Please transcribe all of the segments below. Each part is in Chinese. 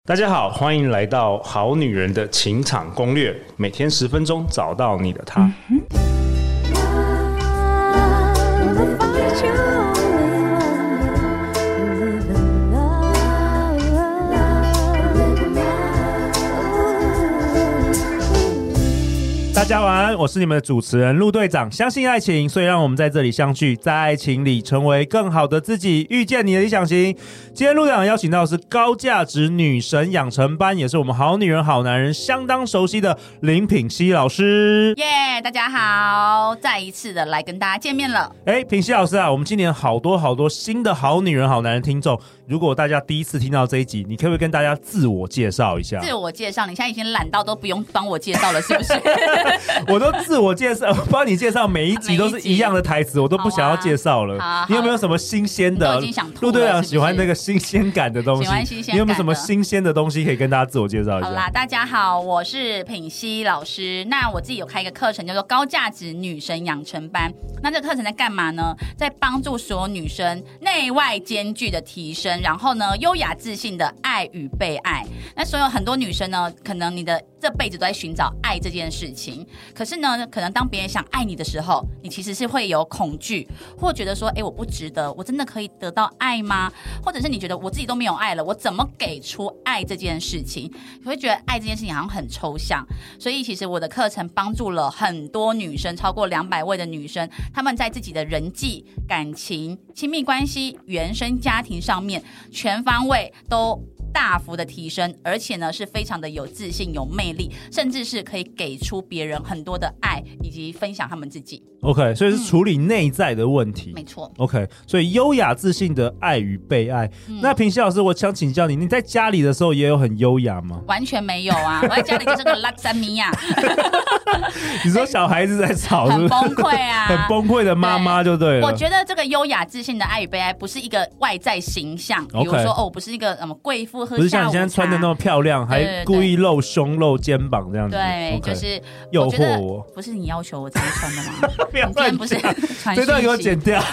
大家好，欢迎来到《好女人的情场攻略》，每天10分钟，找到你的他。大家晚安，我是你们的主持人陆队长。相信爱情，所以让我们在这里相聚，在爱情里成为更好的自己，遇见你的理想型。今天陆队长邀请到的是高价值女神养成班，也是我们好女人好男人相当熟悉的林品熙老师。 大家好，再一次的来跟大家见面了。 品熙老师啊，我们今年好多新的好女人好男人听众，如果大家第一次听到这一集，你可不可以跟大家自我介绍一下？ 自我介绍，你现在已经懒到都不用帮我介绍了，是不是？ 我都自我介绍，帮你介绍，每一集都是一样的台词，我都不想要介绍了。你有没有什么新鲜的？陆队长喜欢那个新鲜感的东西， 喜欢新鲜感的。 你有没有什么新鲜的东西可以跟大家自我介绍一下？ 好啦，大家好，我是品熙老师。那我自己有开一个课程，叫做高价值女神养成班。那这个课程在干嘛呢？在帮助所有女生内外兼具的提升，然后呢，优雅自信的爱与被爱。那所有很多女生呢，可能你的这辈子都在寻找爱这件事情，可是呢，可能当别人想爱你的时候，你其实是会有恐惧，或觉得说，我不值得，我真的可以得到爱吗？或者是你觉得我自己都没有爱了，我怎么给出爱这件事情？你会觉得爱这件事情好像很抽象。所以其实我的课程帮助了很多女生，超过200位的女生，她们在自己的人际、感情、亲密关系、原生家庭上面全方位都大幅的提升，而且呢是非常的有自信、有魅力，甚至是可以给出别人很多的爱，以及分享他们自己。 OK， 所以是处理内在的问题。 没错。 OK， 所以优雅自信的爱与被爱。那品熙老师，我想请教你，你在家里的时候也有很优雅吗？ 完全没有啊，我在家里就是个拉萨米亚。 你说小孩子在吵是不是？ 很崩溃啊， 很崩溃的妈妈就对了。 我觉得这个优雅自信的爱与被爱不是一个外在形象，比如说我不是一个贵妇喝下午茶， 不是像你现在穿的那么漂亮，还故意露胸露肩膀这样子。 对，就是诱惑我。 不是你要求我这样穿的吗？ 不要乱， 不是传这段给我剪掉。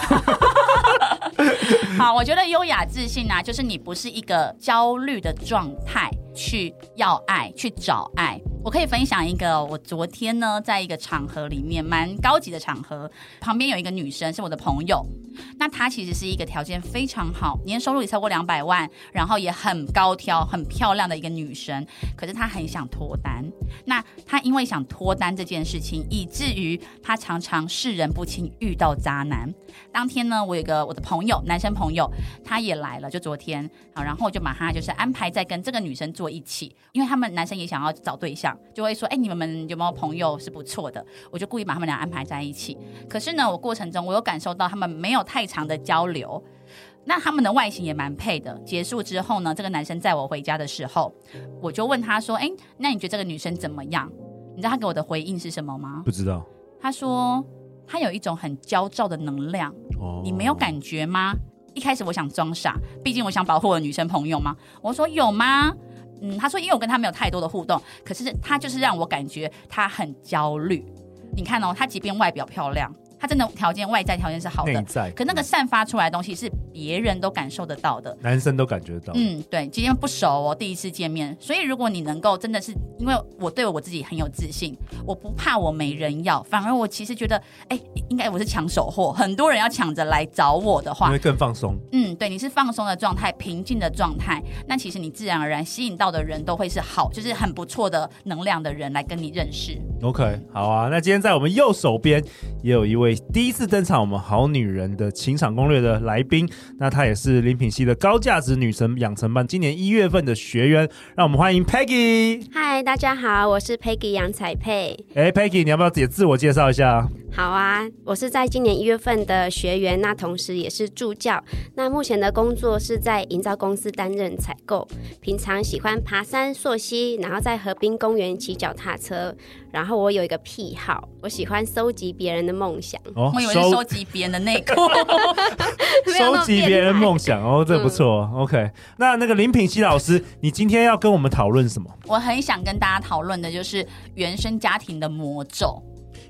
好，我觉得优雅自信啊，就是你不是一个焦虑的状态去要爱，去找爱。我可以分享一个，我昨天呢，在一个场合里面，蛮高级的场合，旁边有一个女生是我的朋友，那她其实是一个条件非常好，年收入也超过200万，然后也很高挑、很漂亮的一个女生，可是她很想脱单。那她因为想脱单这件事情，以至于她常常识人不清，遇到渣男。当天呢，我有一个我的朋友，男生朋友，他也来了，就昨天，好，然后我就把他就是安排在跟这个女生坐一起，因为他们男生也想要找对象，就会说，你们有没有朋友是不错的？我就故意把他们俩安排在一起。可是呢，我过程中我有感受到他们没有太长的交流，那他们的外形也蛮配的。结束之后呢，这个男生载我回家的时候，我就问他说，那你觉得这个女生怎么样？你知道他给我的回应是什么吗？ 不知道。他说她有一种很焦躁的能量，你没有感觉吗？一开始我想装傻，毕竟我想保护我的女生朋友嘛。我说有吗？他说因为我跟他没有太多的互动，可是他就是让我感觉他很焦虑。你看他即便外表漂亮，他真的外在条件是好的，可那个散发出来的东西是别人都感受得到的， 男生都感觉得到。 对，今天不熟第一次见面，所以如果你能够真的是，因为我对我自己很有自信，我不怕我没人要，反而我其实觉得，应该我是抢手货，很多人要抢着来找我的话， 你会更放松。 对，你是放松的状态，平静的状态，那其实你自然而然吸引到的人都会是好，就是很不错的能量的人来跟你认识。 OK， 好啊，那今天在我们右手边也有一位第一次登场我们好女人的情场攻略的来宾，那她也是林品熙的高价值女神养成班今年1月份的学员，让我们欢迎 Peggy。 嗨，大家好，我是 Peggy 杨彩佩。 Peggy， 你要不要也自我介绍一下？ 好啊，我是在今年1月份的学员，那同时也是助教，那目前的工作是在营造公司担任采购，平常喜欢爬山溯溪，然后在河滨公园骑脚踏车，然后我有一个癖好，我喜欢收集别人的梦想。 我以为是收集别人的内裤收集别人梦想这不错。OK， 那个林品熙老师，你今天要跟我们讨论什么？ 我很想跟大家讨论的就是原生家庭的魔咒。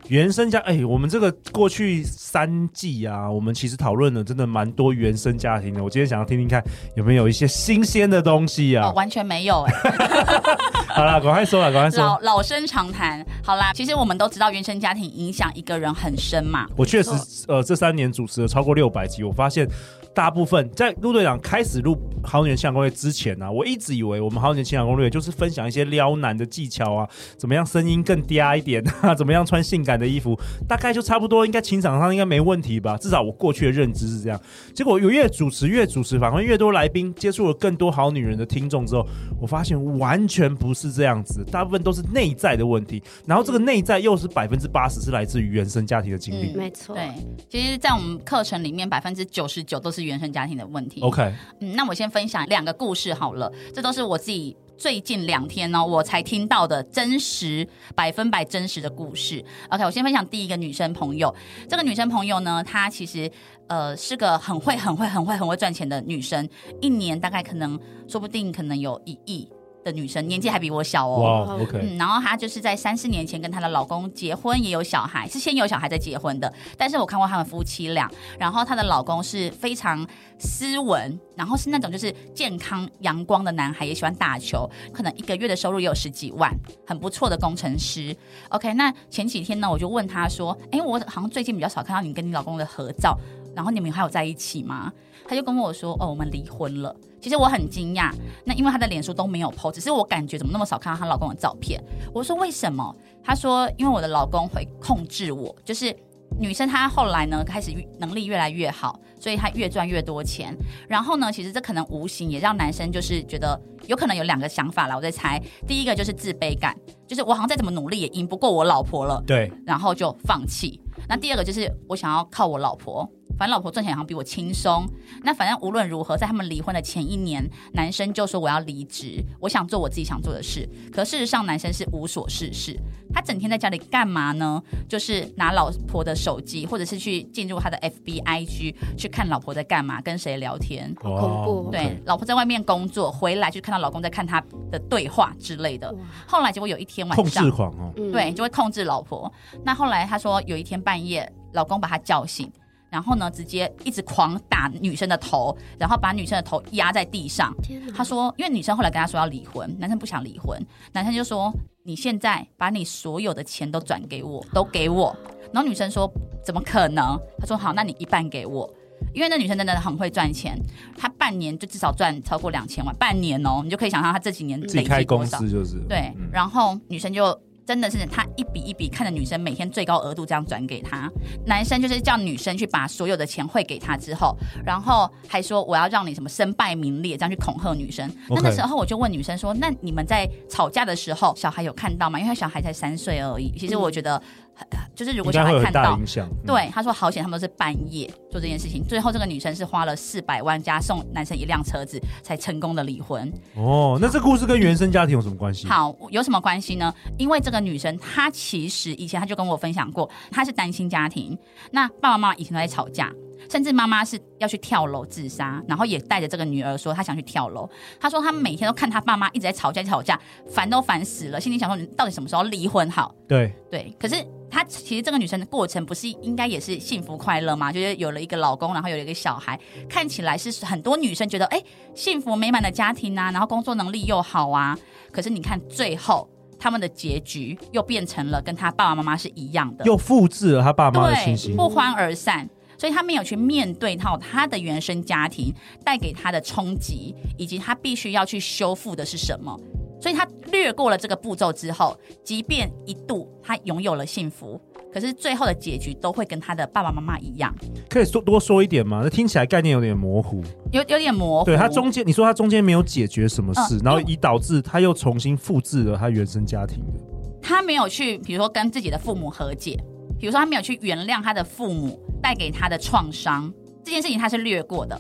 原生家，我们这个过去3季啊，我们其实讨论了真的蛮多原生家庭的。我今天想要听听看有没有一些新鲜的东西啊？ 完全没有好啦，赶快说啦，赶快说。 老生常谈。好啦，其实我们都知道原生家庭影响一个人很深嘛。 我确实这3年主持了超过600集，我发现大部分在陆队长开始录《好女人情感攻略》之前啊，我一直以为我们《好女人情感攻略》就是分享一些撩男的技巧啊，怎么样声音更嗲一点啊，怎么样穿性感的衣服，大概就差不多，应该情场上应该没问题吧？至少我过去的认知是这样。结果有越主持，反而越多来宾接触了更多好女人的听众之后，我发现完全不是这样子，大部分都是内在的问题，然后这个内在又是80%是来自于原生家庭的经历。 没错， 对，其实，在我们课程里面99%都是原生家庭的问题。 OK， 那我先分享2个故事好了，这都是我自己最近2天呢，我才听到的真实100%真实的故事。OK， 我先分享第一个女生朋友。这个女生朋友呢，她其实是个很会赚钱的女生，一年大概说不定有1亿。的女生，年纪还比我小哦。 哇 ，OK， 然后她就是在3-4年前跟她的老公结婚，也有小孩，是先有小孩再结婚的。但是我看过他们夫妻俩，然后她的老公是非常斯文，然后是那种就是健康阳光的男孩，也喜欢打球，可能1个月的收入也有10几万，很不错的工程师。OK， 那前几天呢，我就问他说：“我好像最近比较少看到你跟你老公的合照，然后你们还有在一起吗？”他就跟我说：“我们离婚了。”其实我很惊讶，那因为她的脸书都没有 po， 只是我感觉怎么那么少看到她老公的照片。我说为什么？她说因为我的老公会控制我，就是女生她后来呢开始能力越来越好，所以她越赚越多钱。然后呢，其实这可能无形也让男生就是觉得有可能有2个想法啦，我在猜。第一个就是自卑感，就是我好像再怎么努力也赢不过我老婆了， 对， 然后就放弃。那第2个就是我想要靠我老婆。反正老婆赚钱好像比我轻松，那反正无论如何，在他们离婚的前1年，男生就说我要离职，我想做我自己想做的事。可事实上，男生是无所事事，他整天在家里干嘛呢？就是拿老婆的手机，或者是去进入他的 FB、IG 去看老婆在干嘛，跟谁聊天。 好恐怖。 对，老婆在外面工作，回来就看到老公在看他的对话之类的。后来结果有一天晚上， 控制狂哦， 对，就会控制老婆。那后来他说有一天半夜，老公把他叫醒。然后呢，直接一直狂打女生的头，然后把女生的头压在地上。他说，因为女生后来跟他说要离婚，男生不想离婚，男生就说：“你现在把你所有的钱都转给我，都给我。”然后女生说：“怎么可能？”他说：“好，那你1半给我。”因为那女生真的很会赚钱，她半年就至少赚超过2000万，半年哦，你就可以想象她这几年累积多少。 自己开公司就是对，然后女生就。真的是他一笔一笔看着女生每天最高额度这样转给他，男生就是叫女生去把所有的钱汇给他之后，然后还说我要让你什么身败名裂，这样去恐吓女生。那时候我就问女生说：“那你们在吵架的时候，小孩有看到吗？因为他小孩才3岁而已。其实我觉得，就是如果小孩看到，对他说好险，他们都是半夜做这件事情。最后这个女生是花了400万加送男生1辆车子，才成功的离婚。 哦，那这故事跟原生家庭有什么关系？ 好，有什么关系呢？因为这个女生她其实以前她就跟我分享过，她是单亲家庭，那爸爸妈妈以前都在吵架，甚至妈妈是要去跳楼自杀，然后也带着这个女儿说她想去跳楼。她说她每天都看她爸妈一直在吵架，烦都烦死了，心里想说你到底什么时候离婚好？ 对， 可是她其实这个女生的过程不是应该也是幸福快乐吗？就是有了一个老公，然后有了一个小孩，看起来是很多女生觉得幸福美满的家庭啊，然后工作能力又好啊。可是你看最后他们的结局又变成了跟他爸爸妈妈是一样的， 又复制了他爸妈的情形， 不欢而散。所以他没有去面对到他的原生家庭带给他的冲击，以及他必须要去修复的是什么。所以他略过了这个步骤之后，即便一度他拥有了幸福，可是最后的结局都会跟他的爸爸妈妈一样。 可以多说一点吗？那听起来概念有点模糊， 有点模糊。 对，他中间你说他中间没有解决什么事，然后以导致他又重新复制了他原生家庭的。 他没有去，比如说跟自己的父母和解，比如说他没有去原谅他的父母带给他的创伤，这件事情他是略过的。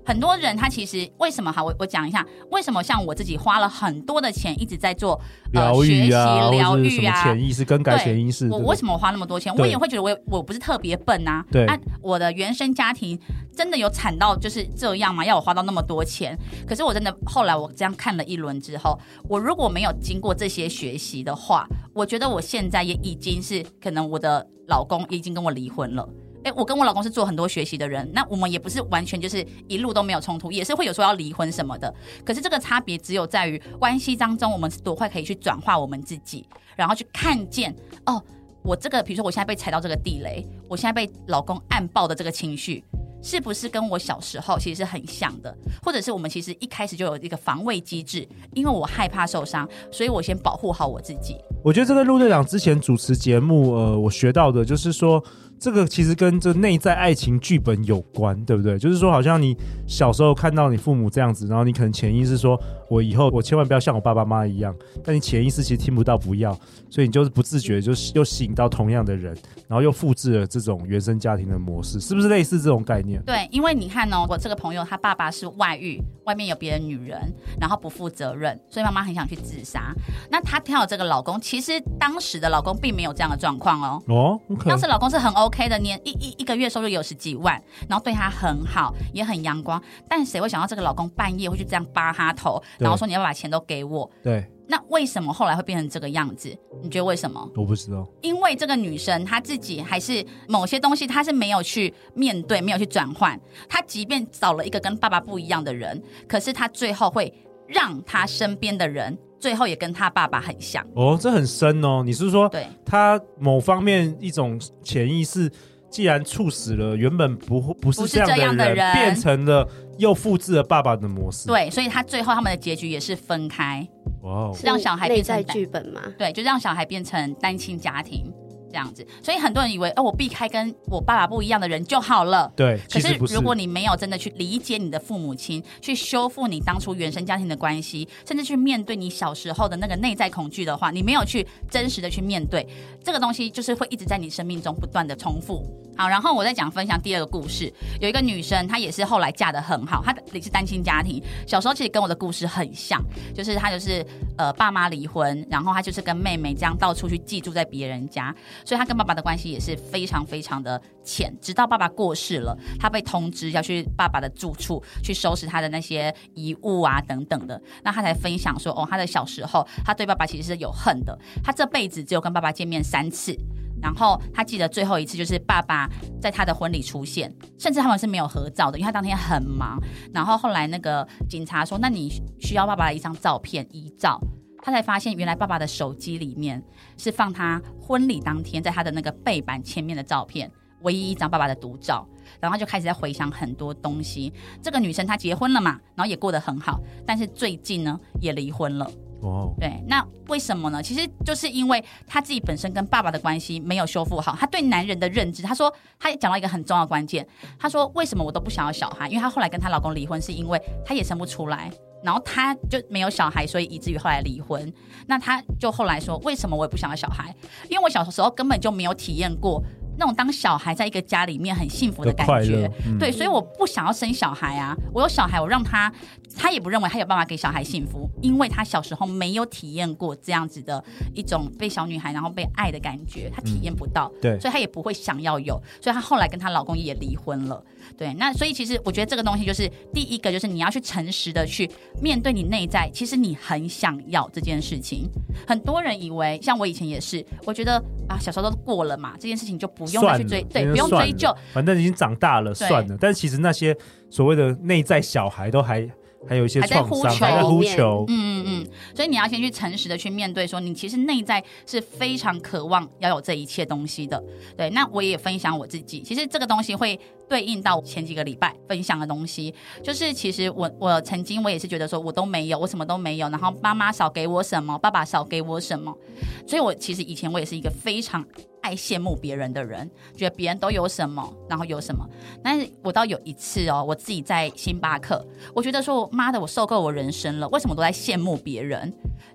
很多人他其实为什么好，我讲一下为什么像我自己花了很多的钱一直在做疗愈啊， 学习疗愈啊，潜意识更改潜意识。 我为什么花那么多钱？我也会觉得我不是特别笨啊。 对， 我的原生家庭真的有惨到就是这样吗？要我花到那么多钱？可是我真的后来我这样看了一轮之后，我如果没有经过这些学习的话，我觉得我现在也已经是可能我的老公已经跟我离婚了。我跟我老公是做很多学习的人，那我们也不是完全就是一路都没有冲突，也是会有说要离婚什么的。可是这个差别只有在于关系当中，我们多快可以去转化我们自己，然后去看见我这个比如说我现在被踩到这个地雷，我现在被老公暗爆的这个情绪，是不是跟我小时候其实是很像的？或者是我们其实一开始就有一个防卫机制，因为我害怕受伤，所以我先保护好我自己。 我觉得这个陆队长之前主持节目，我学到的就是说，这个其实跟这内在爱情剧本有关，对不对？就是说，好像你小时候看到你父母这样子，然后你可能潜意识说，我以后我千万不要像我爸爸妈妈一样，但你潜意识其实听不到不要，所以你就是不自觉就又吸引到同样的人，然后又复制了这种原生家庭的模式，是不是类似这种概念？ 对，因为你看我这个朋友他爸爸是外遇，外面有别的女人，然后不负责任，所以妈妈很想去自杀。那他挑这个老公，其实当时的老公并没有这样的状况 okay. 当时老公是很 OK 的，年一个月收入有10几万，然后对他很好，也很阳光。但谁会想到这个老公半夜会去这样扒他头，然后说你要把钱都给我？ 对。 那为什么后来会变成这个样子？你觉得为什么？ 我不知道。 因为这个女生她自己还是某些东西她是没有去面对，没有去转换。她即便找了一个跟爸爸不一样的人，可是她最后会让她身边的人最后也跟她爸爸很像。 这很深哦。你是说她某方面一种潜意识既然促使了原本不是这样的人变成了又复制了爸爸的模式？ 对，所以他最后他们的结局也是分开。是让小孩变成内在剧本嘛？ 对，就让小孩变成单亲家庭这样子。所以很多人以为我避开跟我爸爸不一样的人就好了。 对， 可是如果你没有真的去理解你的父母亲，去修复你当初原生家庭的关系，甚至去面对你小时候的那个内在恐惧的话，你没有去真实的去面对这个东西，就是会一直在你生命中不断的重复。好，然后我再分享第二个故事。有一个女生，她也是后来嫁得很好，她也是单亲家庭。小时候其实跟我的故事很像，就是她就是爸妈离婚，然后她就是跟妹妹这样到处去寄住在别人家，所以她跟爸爸的关系也是非常非常的浅。直到爸爸过世了，她被通知要去爸爸的住处去收拾他的那些遗物啊等等的，那她才分享说，她的小时候她对爸爸其实是有恨的，她这辈子只有跟爸爸见面3次。然后他记得最后一次就是爸爸在他的婚礼出现，甚至他们是没有合照的，因为他当天很忙。然后后来那个警察说，那你需要爸爸的一张照片遗照，他才发现原来爸爸的手机里面是放他婚礼当天在他的那个背板前面的照片，唯一一张爸爸的独照。然后他就开始在回想很多东西。这个女生她结婚了嘛，然后也过得很好，但是最近呢也离婚了。对，那为什么呢？其实就是因为他自己本身跟爸爸的关系没有修复好，他对男人的认知，他说他讲到一个很重要的关键，他说为什么我都不想要小孩？因为他后来跟她老公离婚是因为他也生不出来，然后他就没有小孩，所以以至于后来离婚。那他就后来说，为什么我也不想要小孩？因为我小时候根本就没有体验过那种当小孩在一个家里面很幸福的感觉，对，所以我不想要生小孩啊。我有小孩，我让他也不认为他有办法给小孩幸福，因为他小时候没有体验过这样子的一种被小女孩然后被爱的感觉，他体验不到，对，所以他也不会想要有，所以他后来跟她老公也离婚了。对，那所以其实我觉得这个东西就是第一个，就是你要去诚实的去面对你内在，其实你很想要这件事情。很多人以为，像我以前也是，我觉得小时候都过了嘛，这件事情就不用再去追，对，不用追究， 反正已经长大了，算了。但是其实那些所谓的内在小孩都还有一些创伤，还在呼求。 所以你要先去诚实的去面对，说你其实内在是非常渴望要有这一切东西的。对，那我也分享我自己，其实这个东西会对应到前几个礼拜分享的东西，就是其实我曾经我也是觉得说我都没有，我什么都没有，然后妈妈少给我什么，爸爸少给我什么，所以我其实以前我也是一个非常爱羡慕别人的人，觉得别人都有什么然后有什么。但是我到有一次我自己在星巴克，我觉得说妈的我受够我人生了，为什么都在羡慕别人？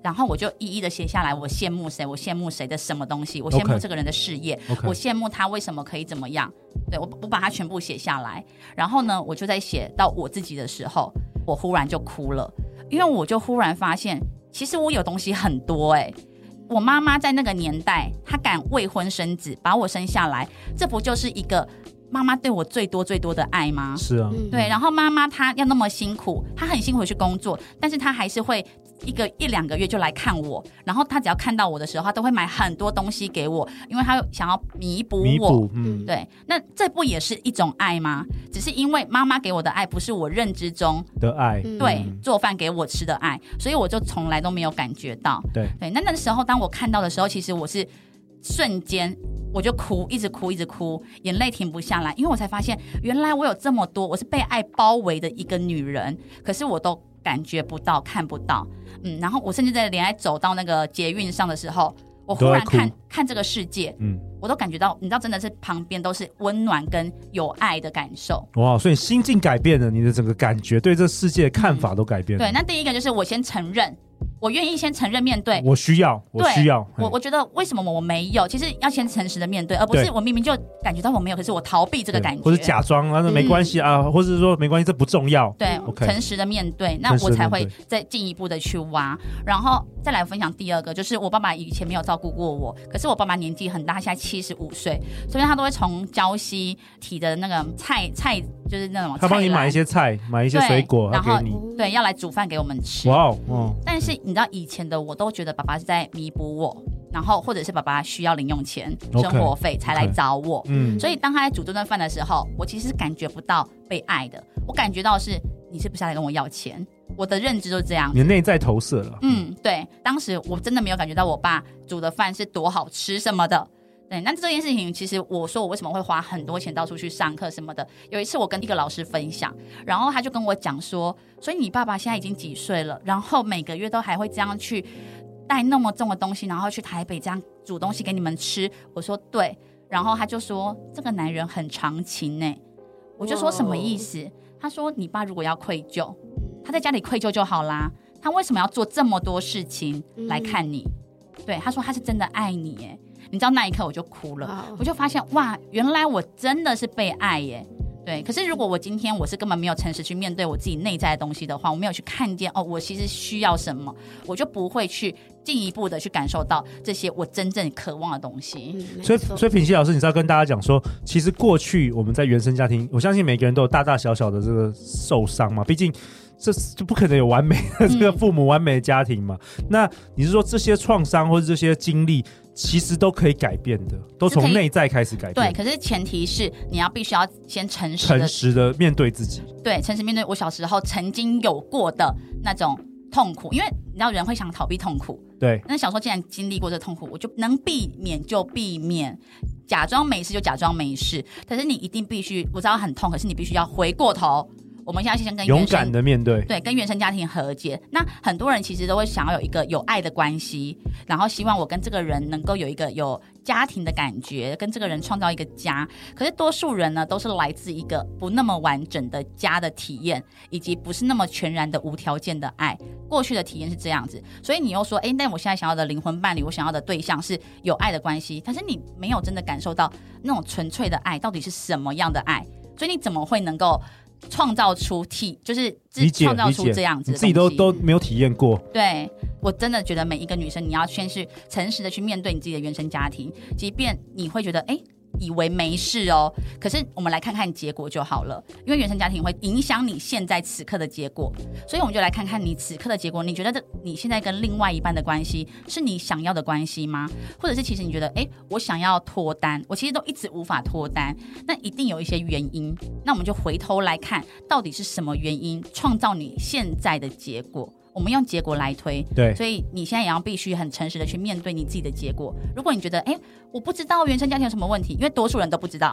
然后我就一一的写下来，我羡慕谁，我羡慕谁的什么东西，我羡慕这个人的事业，我羡慕他为什么可以怎么样。对，我把它全部写下来，然后呢，我就在写到我自己的时候，我忽然就哭了，因为我就忽然发现，其实我有东西很多我妈妈在那个年代，她敢未婚生子，把我生下来，这不就是一个妈妈对我最多最多的爱吗？ 是啊， 对。然后妈妈她要那么辛苦，她很辛苦去工作，但是她还是会一两个月就来看我，然后她只要看到我的时候，她都会买很多东西给我，因为她想要弥补我。对。那这不也是一种爱吗？只是因为妈妈给我的爱不是我认知中的爱， 对，做饭给我吃的爱，所以我就从来都没有感觉到。 对。 那时候当我看到的时候，其实我是瞬间我就哭，一直哭一直哭，眼泪停不下来，因为我才发现原来我有这么多，我是被爱包围的一个女人，可是我都感觉不到看不到。然后我甚至在连走到那个捷运上的时候，我忽然看这个世界，我都感觉到，你知道，真的是旁边都是温暖跟有爱的感受。 哇，所以心境改变了，你的整个感觉对这世界的看法都改变了。 对，那第一个就是我先承认，我愿意先承认面对， 我需要， 我觉得为什么我没有？其实要先诚实的面对，而不是我明明就感觉到我没有，可是我逃避这个感觉， 或者假装啊，没关系啊，或者是说没关系，这不重要。 对，诚实的面对，那我才会再进一步的去挖，然后再来分享第二个，就是我爸爸以前没有照顾过我，可是我爸爸年纪很大，现在75岁，所以他都会从礁溪提的那个菜，就是那种他帮你买一些菜，买一些水果， 然后给你， 对，要来煮饭给我们吃。 哇哦！ 但是你知道以前的我都觉得爸爸是在弥补我，然后或者是爸爸需要零用钱、生活费才来找我。所以当他在煮这顿饭的时候，我其实是感觉不到被爱的，我感觉到是你是不是来跟我要钱？我的认知就是这样， 你的内在投射了。 对，当时我真的没有感觉到我爸煮的饭是多好吃什么的。对，那这件事情其实我说我为什么会花很多钱到处去上课什么的，有一次我跟一个老师分享，然后他就跟我讲说，所以你爸爸现在已经几岁了，然后每个月都还会这样去带那么重的东西，然后去台北这样煮东西给你们吃。我说对，然后他就说这个男人很长情耶。我就说什么意思？他说你爸如果要愧疚，他在家里愧疚就好啦，他为什么要做这么多事情来看你？对，他说他是真的爱你耶。你知道那一刻我就哭了，我就发现哇，原来我真的是被爱耶。对，可是如果我今天我是根本没有诚实去面对我自己内在的东西的话，我没有去看见我其实需要什么，我就不会去进一步的去感受到这些我真正渴望的东西。 所以品熙老师，你是要跟大家讲说，其实过去我们在原生家庭，我相信每个人都有大大小小的这个受伤嘛，毕竟这就不可能有完美的这个父母完美的家庭嘛。那你是说这些创伤或者这些经历其实都可以改变的，都从内在开始改变。 对，可是前提是你必须要先诚实的面对自己。 对，诚实面对我小时候曾经有过的那种痛苦，因为你知道人会想逃避痛苦。 对， 那小时候既然经历过这个痛苦，我就能避免就避免，假装没事就假装没事。可是你一定必须，我知道很痛，可是你必须要回过头。我们现在先跟勇敢的面对， 对，跟原生家庭和解。那很多人其实都会想要有一个有爱的关系，然后希望我跟这个人能够有一个有家庭的感觉，跟这个人创造一个家。可是多数人呢，都是来自一个不那么完整的家的体验，以及不是那么全然的无条件的爱。过去的体验是这样子，所以你又说，但我现在想要的灵魂伴侣，我想要的对象是有爱的关系，但是你没有真的感受到那种纯粹的爱到底是什么样的爱，所以你怎么会能够创造出就是创造出这样子的东西， 你自己都没有体验过。 对，我真的觉得每一个女生，你要先是诚实的去面对你自己的原生家庭，即便你会觉得以为没事哦，可是我们来看看结果就好了，因为原生家庭会影响你现在此刻的结果，所以我们就来看看你此刻的结果。你觉得你现在跟另外一半的关系是你想要的关系吗？或者是其实你觉得我想要脱单，我其实都一直无法脱单，那一定有一些原因。那我们就回头来看，到底是什么原因创造你现在的结果，我们用结果来推。 对， 所以你现在也要必须很诚实的去面对你自己的结果。如果你觉得我不知道原生家庭有什么问题，因为多数人都不知道，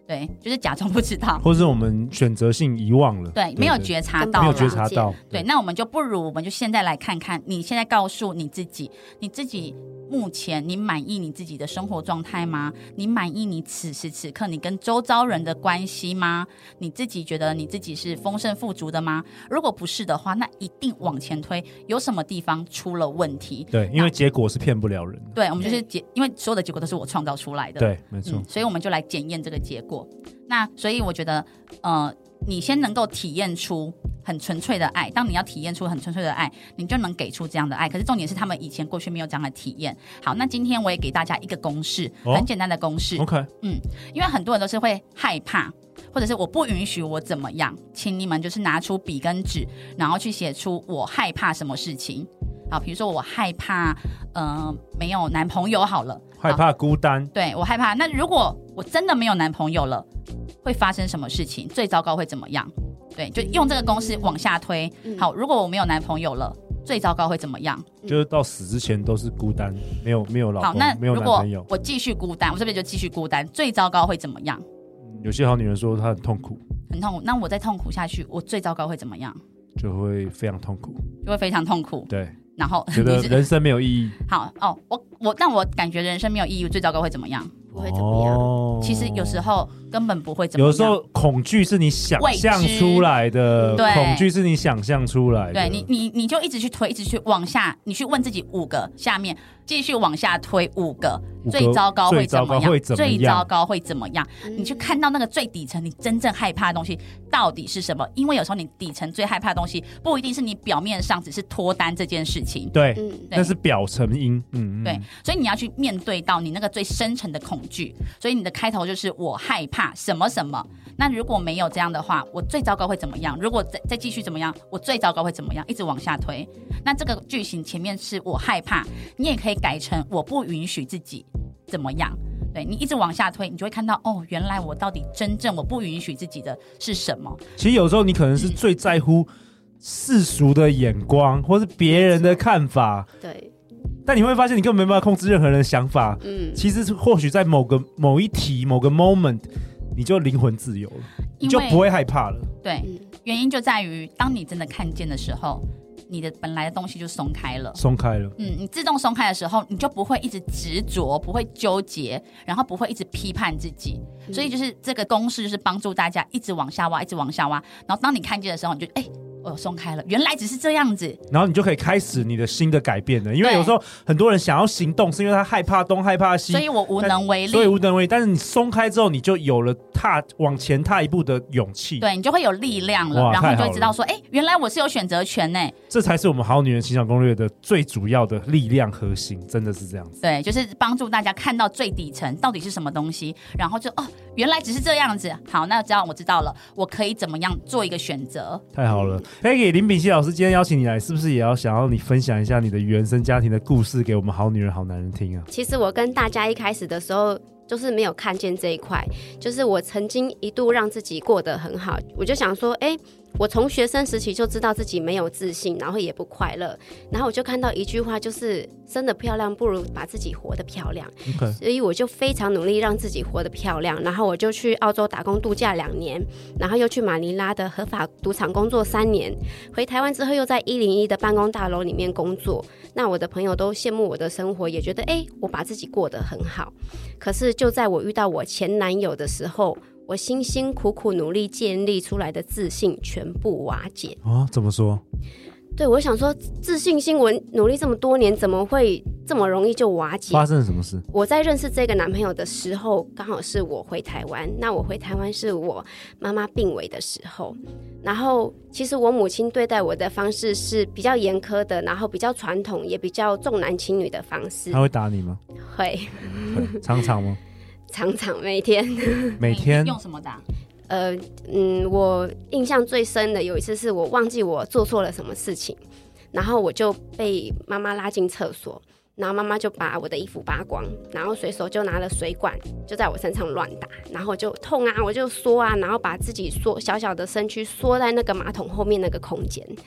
对，就是假装不知道， 或是我们选择性遗忘了， 对，没有觉察到， 没有觉察到。 对，那我们就不如我们就现在来看看，你现在告诉你自己目前你满意你自己的生活状态吗？你满意你此时此刻你跟周遭人的关系吗？你自己觉得你自己是丰盛富足的吗？如果不是的话，那一定往前推，有什么地方出了问题？ 对，因为结果是骗不了人的。 对，我们就是因为所有的结果都是我创造出来的。 对，没错。 所以我们就来检验这个结果。那所以我觉得，你先能够体验出很纯粹的爱，当你要体验出很纯粹的爱，你就能给出这样的爱。可是重点是他们以前过去没有这样的体验。好，那今天我也给大家一个公式，很简单的公式。 OK， 因为很多人都是会害怕，或者是我不允许我怎么样，请你们就是拿出笔跟纸，然后去写出我害怕什么事情。好，比如说我害怕没有男朋友好了， 害怕孤单。 对，我害怕。那如果我真的没有男朋友了，会发生什么事情？最糟糕会怎么样？对，就用这个公式往下推。好，如果我没有男朋友了，最糟糕会怎么样？ 就是到死之前都是孤单，没有老公。 好，那没有男朋友， 如果我继续孤单，我是不是就继续孤单？最糟糕会怎么样？ 有些好女人说她很痛苦， 很痛苦。那我再痛苦下去，我最糟糕会怎么样？ 就会非常痛苦， 就会非常痛苦。 对， 然后觉得人生没有意义。 好哦，但我感觉人生没有意义，最糟糕会怎么样？ 不会怎么样。 其实有时候根本不会怎么样。 有时候恐惧是你想象出来的，恐惧是你想象出来的。 对，你就一直去推，一直去往下，你去问自己5个，下面继续往下推5个，最糟糕会怎么样？最糟糕会怎么样？你去看到那个最底层，你真正害怕的东西到底是什么？因为有时候你底层最害怕的东西，不一定是你表面上只是脱单这件事情。 对，那是表层因。 对，所以你要去面对到你那个最深层的恐惧。所以你的开头就是我害怕什么什么。那如果没有这样的话，我最糟糕会怎么样？如果再继续怎么样，我最糟糕会怎么样？一直往下推。那这个句型前面是我害怕，你也可以改成我不允许自己怎么样。对，你一直往下推，你就会看到原来我到底真正我不允许自己的是什么。 其实有时候你可能是最在乎世俗的眼光，或是别人的看法。 对。 但你会发现你根本没办法控制任何人的想法。其实或许在某一题某个 moment， 你就灵魂自由了，你就不会害怕了。 对，原因就在于当你真的看见的时候，你的本来的东西就松开了。你自动松开的时候，你就不会一直执着，不会纠结，然后不会一直批判自己。所以就是这个公式就是帮助大家一直往下挖，一直往下挖。然后当你看见的时候，你就我松开了，原来只是这样子， 然后你就可以开始你的新的改变了。因为有时候很多人想要行动，是因为他害怕东害怕西， 所以我无能为力。 但是你松开之后，你就有了往前踏一步的勇气。 对，你就会有力量了，然后你就会知道说，原来我是有选择权呢。 这才是我们好女人情场攻略的最主要的力量核心，真的是这样子。 对，就是帮助大家看到最底层到底是什么东西，然后就原来只是这样子。好，那这样我知道了，我可以怎么样做一个选择。 太好了。Peggy 林秉熙老师今天邀请你来，是不是也要想要你分享一下你的原生家庭的故事给我们好女人好男人听啊？ 其实我跟大家一开始的时候就是没有看见这一块，就是我曾经一度让自己过得很好，我就想说我从学生时期就知道自己没有自信，然后也不快乐，然后我就看到一句话，就是生得漂亮不如把自己活得漂亮。所以我就非常努力让自己活得漂亮，然后我就去澳洲打工度假2年，然后又去马尼拉的合法赌场工作3年，回台湾之后又在101的办公大楼里面工作。那我的朋友都羡慕我的生活，也觉得我把自己过得很好。可是就在我遇到我前男友的时候，我辛辛苦苦努力建立出来的自信全部瓦解。 怎么说？ 对，我想说自信心我努力这么多年，怎么会这么容易就瓦解？ 发生了什么事？ 我在认识这个男朋友的时候，刚好是我回台湾。那我回台湾是我妈妈病危的时候，然后其实我母亲对待我的方式是比较严苛的，然后比较传统，也比较重男轻女的方式。 他会打你吗？ 会。 常常吗？ 常常，每天。 每天用什么打？ 我印象最深的有一次是我忘记我做错了什么事情，然后我就被妈妈拉进厕所，然后妈妈就把我的衣服扒光，然后随手就拿了水管就在我身上乱打，然后我就痛啊，我就缩啊，然后把自己小小的身躯缩在那个马桶后面那个空间。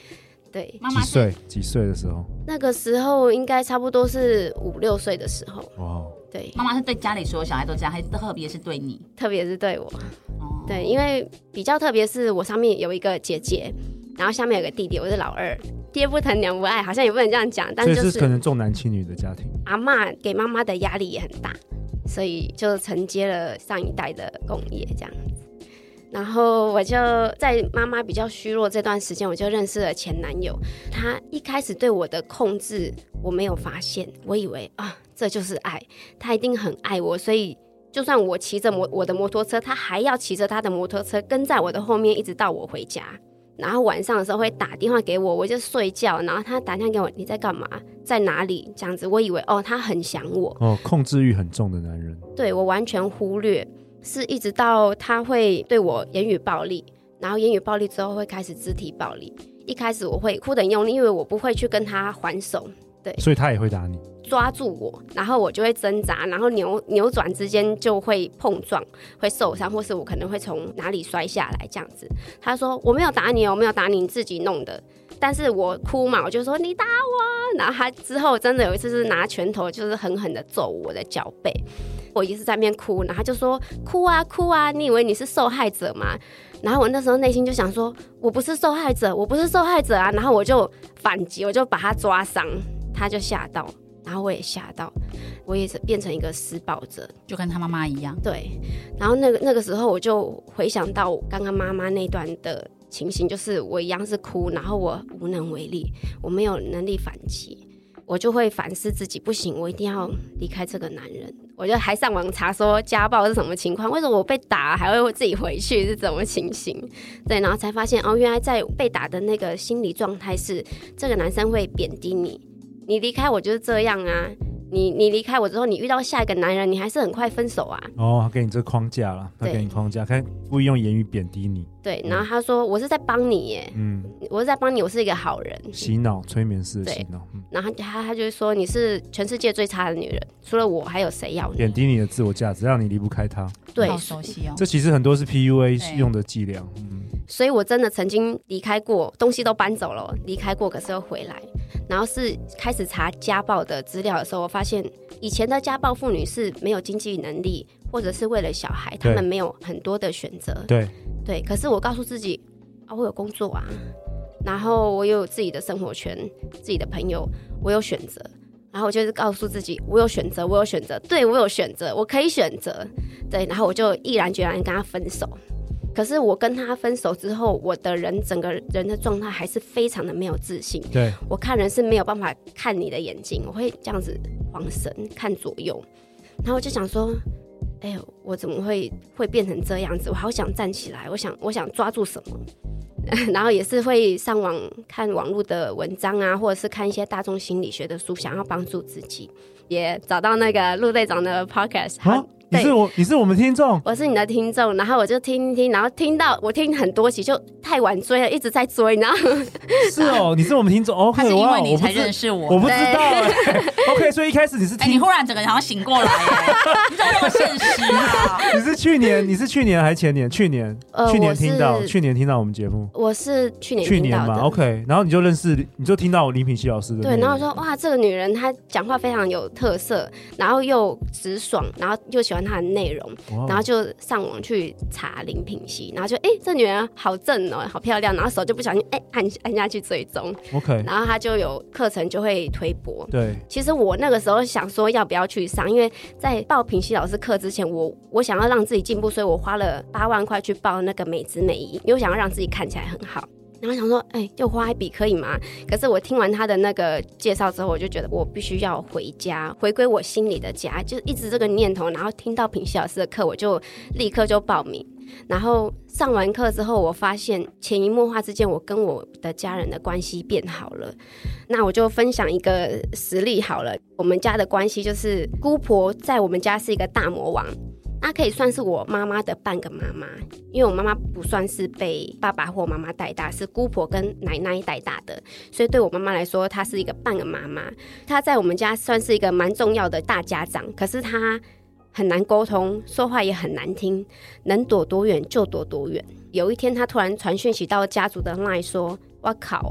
对， 妈妈几岁的时候？ 那个时候应该差不多是5、6岁的时候。 哇， 对， 妈妈是对家里所有小孩都这样，还是特别是对你？ 特别是对我。对，因为比较特别是我上面有一个姐姐，然后下面有个弟弟，我是老二。爹不疼娘不爱，好像也不能这样讲，但所以是可能重男轻女的家庭。 阿嬷给妈妈的压力也很大，所以就承接了上一代的功业这样子。然后我就在妈妈比较虚弱这段时间，我就认识了前男友。他一开始对我的控制我没有发现，我以为这就是爱，他一定很爱我，所以就算我骑着我的摩托车，他还要骑着他的摩托车跟在我的后面，一直到我回家。然后晚上的时候会打电话给我，我就睡觉，然后他打电话给我，你在干嘛？在哪里？这样子，我以为他很想我。 控制欲很重的男人。 对，我完全忽略，是一直到他会对我言语暴力，然后言语暴力之后会开始肢体暴力。一开始我会哭得很用力，因为我不会去跟他还手。对， 所以他也会打你， 抓住我，然后我就会挣扎，然后扭转之间就会碰撞，会受伤，或是我可能会从哪里摔下来这样子。他说我没有打你，我没有打你，你自己弄的。但是我哭嘛，我就说你打我，然后他之后真的有一次是拿拳头就是狠狠的揍我的脚背，我也是在那边哭，然后他就说哭啊哭啊，你以为你是受害者吗？然后我那时候内心就想说我不是受害者，我不是受害者啊，然后我就反击，我就把他抓伤，他就吓到，然后我也吓到，我也是变成一个施暴者， 就跟他妈妈一样。 对，然后那个时候我就回想到刚刚妈妈那段的情形，就是我一样是哭，然后我无能为力，我没有能力反击，我就会反思自己，不行，我一定要离开这个男人。我就还上网查说家暴是什么情况，为什么我被打还会自己回去是怎么情形？对，然后才发现原来在被打的那个心理状态是这个男生会贬低你，你离开我就是这样啊，你离开我之后，你遇到下一个男人，你还是很快分手啊。 他给你这框架了，他给你框架，看故意用言语贬低你。 对，然后他说我是在帮你耶，我是在帮你，我是一个好人， 洗脑，催眠式的洗脑。 然后他就说你是全世界最差的女人，除了我还有谁要你？ 贬低你的自我价值，让你离不开他。 对， 好熟悉哦。 这其实很多是 PUA 用的伎俩。 所以我真的曾经离开过，东西都搬走了，离开过，可是又回来。然后是开始查家暴的资料的时候，我发现以前的家暴妇女是没有经济能力，或者是为了小孩，他们没有很多的选择。对，可是我告诉自己我有工作啊，然后我有自己的生活圈，自己的朋友，我有选择。然后我就是告诉自己，我有选择，我有选择，对，我有选择，我可以选择。对，然后我就毅然决然跟他分手。可是我跟他分手之后，我的整个人的状态还是非常的没有自信。 对， 我看人是没有办法看你的眼睛，我会这样子晃神看左右，然后我就想说，我怎么会变成这样子？我好想站起来，我想抓住什么。然后也是会上网看网络的文章啊，或者是看一些大众心理学的书，想要帮助自己。也找到那个陆队长的 podcast。 你是我们听众， 我是你的听众，然后我就听，然后我听很多集，就太晚追了，一直在追，然后是你是我们听众 ，OK， 他是因为你才认识我， 我不知道OK， 所以一开始你是听， 你忽然整个人好像醒过来你怎么那么现实啊？ 你是去年还是前年？去年听到我们节目， 我是去年嘛 ，OK， 然后你就听到林品希老师的， 对，然后我说哇，这个女人她讲话非常有特色，然后又直爽，然后又喜欢她的内容，然后就上网去查林品希，然后就这女人好正哦，好漂亮，然后手就不小心按下去追踪 ，OK， 然后她就有课程就会推播。 对， 其实我那个时候想说要不要去上，因为在报品希老师课之前，我想要让自己进步，所以我花了8万块去报那个美姿美仪，因为我想要让自己看起来很好。然后想说就花一笔可以吗？可是我听完他的那个介绍之后，我就觉得我必须要回家，回归我心里的家，就一直这个念头。然后听到品希老师的课，我就立刻就报名。然后上完课之后，我发现潜移默化之间，我跟我的家人的关系变好了。那我就分享一个实例好了。我们家的关系就是姑婆在我们家是一个大魔王，那可以算是我妈妈的半个妈妈，因为我妈妈不算是被爸爸或妈妈带大，是姑婆跟奶奶带大的，所以对我妈妈来说，她是一个半个妈妈。她在我们家算是一个蛮重要的大家长，可是她很难沟通，说话也很难听，能躲多远就躲多远。有一天，她突然传讯息到家族的 LINE 说：“我靠啊，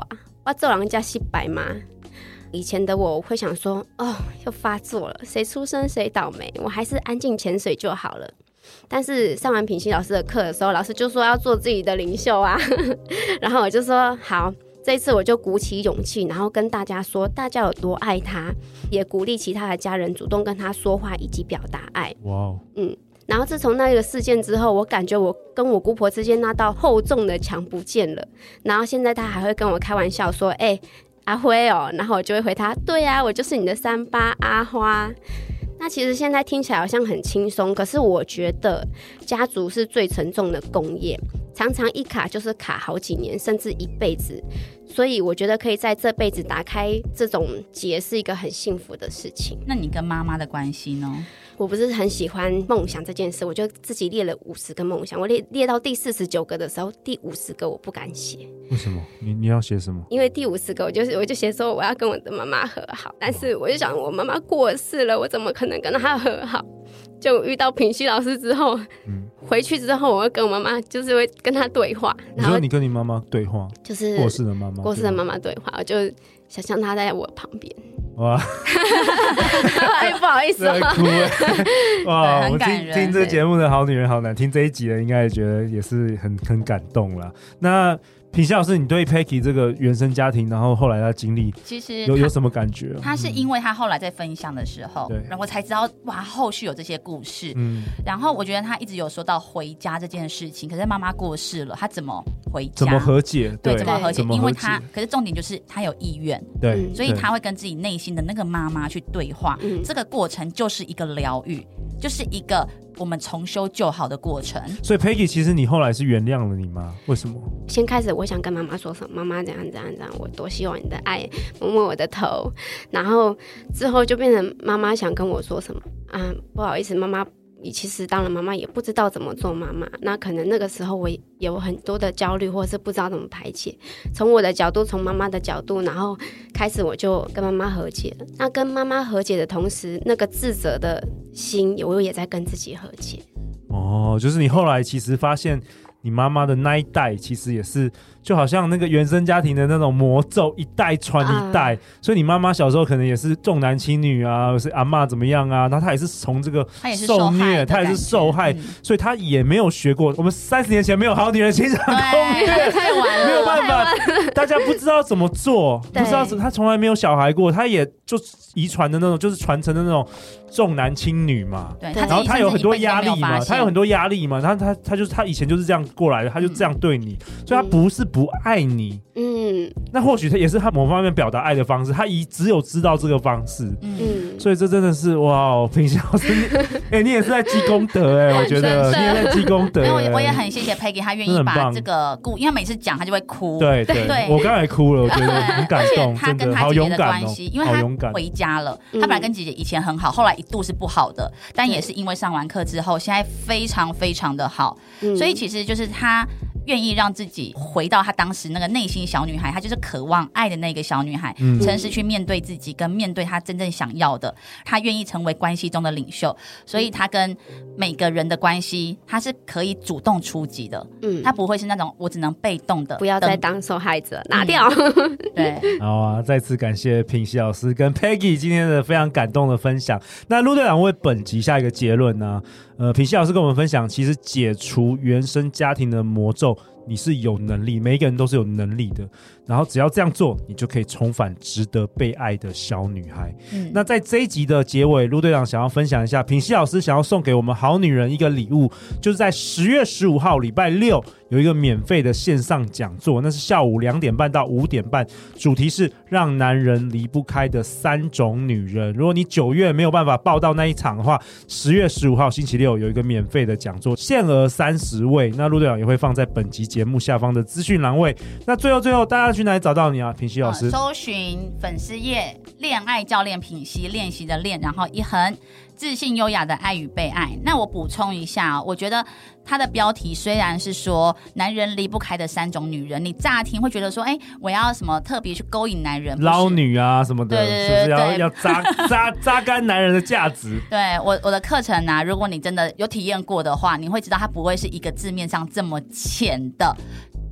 我做人家失败嘛。以前的我会想说，又发作了，谁出生谁倒霉，我还是安静潜水就好了。但是上完品熙老师的课的时候，老师就说要做自己的领袖啊，然后我就说好，这一次我就鼓起勇气，然后跟大家说大家有多爱他，也鼓励其他的家人主动跟他说话以及表达爱。 哇， 然后自从那个事件之后，我感觉我跟我姑婆之间那道厚重的墙不见了。然后现在她还会跟我开玩笑说：“阿辉哦。”然后我就会回她：“对啊，我就是你的38阿花。”那其实现在听起来好像很轻松，可是我觉得家族是最沉重的工业，常常一卡就是卡好几年，甚至一辈子。所以我觉得可以在这辈子打开这种结是一个很幸福的事情。 那你跟妈妈的关系呢？ 我不是很喜欢梦想这件事，我就自己列了50个梦想，我列到第49个的时候，第50个我不敢写。 为什么？你要写什么？ 因为第50个我就写说我要跟我的妈妈和好，但是我就想我妈妈过世了，我怎么可能跟她和好？就遇到品熙老师之后，回去之后我会跟我妈妈，就是会跟她对话。 你说你跟你妈妈对话， 就是过世的妈妈对话，我就想象她在我旁边。 哇， 不好意思哭哇！我们听这个节目的好女人好难听这一集的，应该也觉得也是很感动啦。那品熙老师，你对 Peggy 这个原生家庭，然后后来他经历， 其实有什么感觉？ 他是因为他后来在分享的时候，然后我才知道哇，后续有这些故事。然后我觉得他一直有说到回家这件事情，可是妈妈过世了，他怎么回家？ 怎么和解？ 对，怎么和解？因为他，可是重点就是他有意愿， 对， 所以他会跟自己内心的那个妈妈去对话。这个过程就是一个疗愈，就是一个我们重修旧好的过程。 所以 Peggy， 其实你后来是原谅了你妈？为什么？ 先开始我想跟妈妈说什么，妈妈怎样怎样怎样，我多希望你的爱，摸摸我的头。然后之后就变成妈妈想跟我说什么不好意思，妈妈其实当然妈妈也不知道怎么做妈妈，那可能那个时候我有很多的焦虑，或者是不知道怎么排解。从我的角度，从妈妈的角度，然后开始我就跟妈妈和解了。那跟妈妈和解的同时，那个自责的心我也在跟自己和解。 就是你后来其实发现你妈妈的那一代其实也是就好像那个原生家庭的那种魔咒一代传一代，所以你妈妈小时候可能也是重男轻女啊，是阿嬷怎么样啊，然后她也是从这个受虐，她也是受害，所以她也没有学过。我们30年前没有好女人情场攻略， 太晚了， 没有办法，大家不知道怎么做，不知道她从来没有小孩过，她也就遗传的那种，就是传承的那种重男轻女嘛。 对， 然后她有很多压力嘛，她有很多压力嘛，她以前就是这样过来的，她就这样对你，所以她不是不爱你，那或许他也是他某方面表达爱的方式，他只有知道这个方式，所以这真的是哇，品熙老师，你也是在积功德我觉得你也在积功德。 我也很谢谢 Peggy， 她愿意把这个故，因为每次讲她就会哭， 对，我刚才哭了，我觉得很感动， 她跟她姐姐的关系，因为她回家了，她本来跟姐姐以前很好，后来一度是不好的，但也是因为上完课之后，现在非常非常的好，所以其实就是她愿意让自己回到她当时那个内心小女孩，她就是渴望爱的那个小女孩，诚实去面对自己，跟面对她真正想要的。她愿意成为关系中的领袖，所以她跟每个人的关系，她是可以主动出击的。她不会是那种我只能被动的， 不要再当受害者，拿掉。 对， 好啊，再次感谢品熙老师跟 Peggy 今天的非常感动的分享。那陆队长为本集下一个结论呢？品熙老师跟我们分享，其实解除原生家庭的魔咒，你是有能力，每一个人都是有能力的，然后只要这样做，你就可以重返值得被爱的小女孩。那在这一集的结尾，陆队长想要分享一下，品熙老师想要送给我们好女人一个礼物，就是在10月15号礼拜六有一个免费的线上讲座，那是下午2点半到5点半，主题是让男人离不开的3种女人。如果你9月没有办法报到那一场的话，10月15号星期六有一个免费的讲座，限额30位，那陆队长也会放在本集节目下方的资讯栏位。那最后大家去哪里找到你啊，品熙老师？ 搜寻粉丝页恋爱教练品熙，练习的练，然后一横自信优雅的爱与被爱。那我补充一下，我觉得它的标题虽然是说男人离不开的3种女人，你乍听会觉得说我要什么特别去勾引男人， 捞女啊什么的， 对， 是不是要榨干男人的价值？ 对，我的课程啊，如果你真的有体验过的话，你会知道它不会是一个字面上这么浅的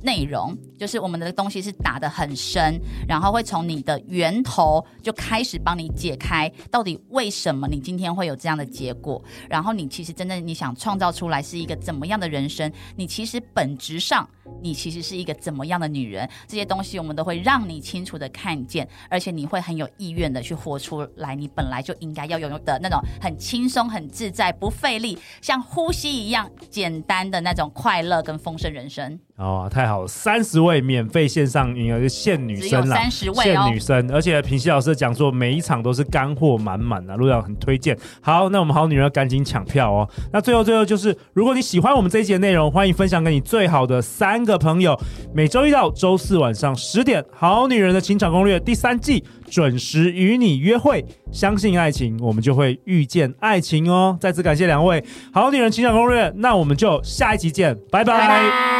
内容，就是我们的东西是打得很深，然后会从你的源头就开始帮你解开到底为什么你今天会有这样的结果，然后你其实真正你想创造出来是一个怎么样的人生，你其实本质上你其实是一个怎么样的女人，这些东西我们都会让你清楚的看见，而且你会很有意愿的去活出来你本来就应该要拥有的那种很轻松很自在不费力像呼吸一样简单的那种快乐跟丰盛人生。 太好了，30位免费线上名额，限女生啦， 只有30位哦， 限女生，而且品熙老师的讲座每一场都是干货满满啊，陆长很推荐。好，那我们好女人赶紧抢票哦。那最后就是，如果你喜欢我们这一集的内容，欢迎分享给你最好的3个朋友。每周一到周四晚上10点，《好女人的情场攻略》第3季准时与你约会，相信爱情，我们就会遇见爱情哦。再次感谢2位《好女人情场攻略》，那我们就下一集见，拜拜。 拜拜。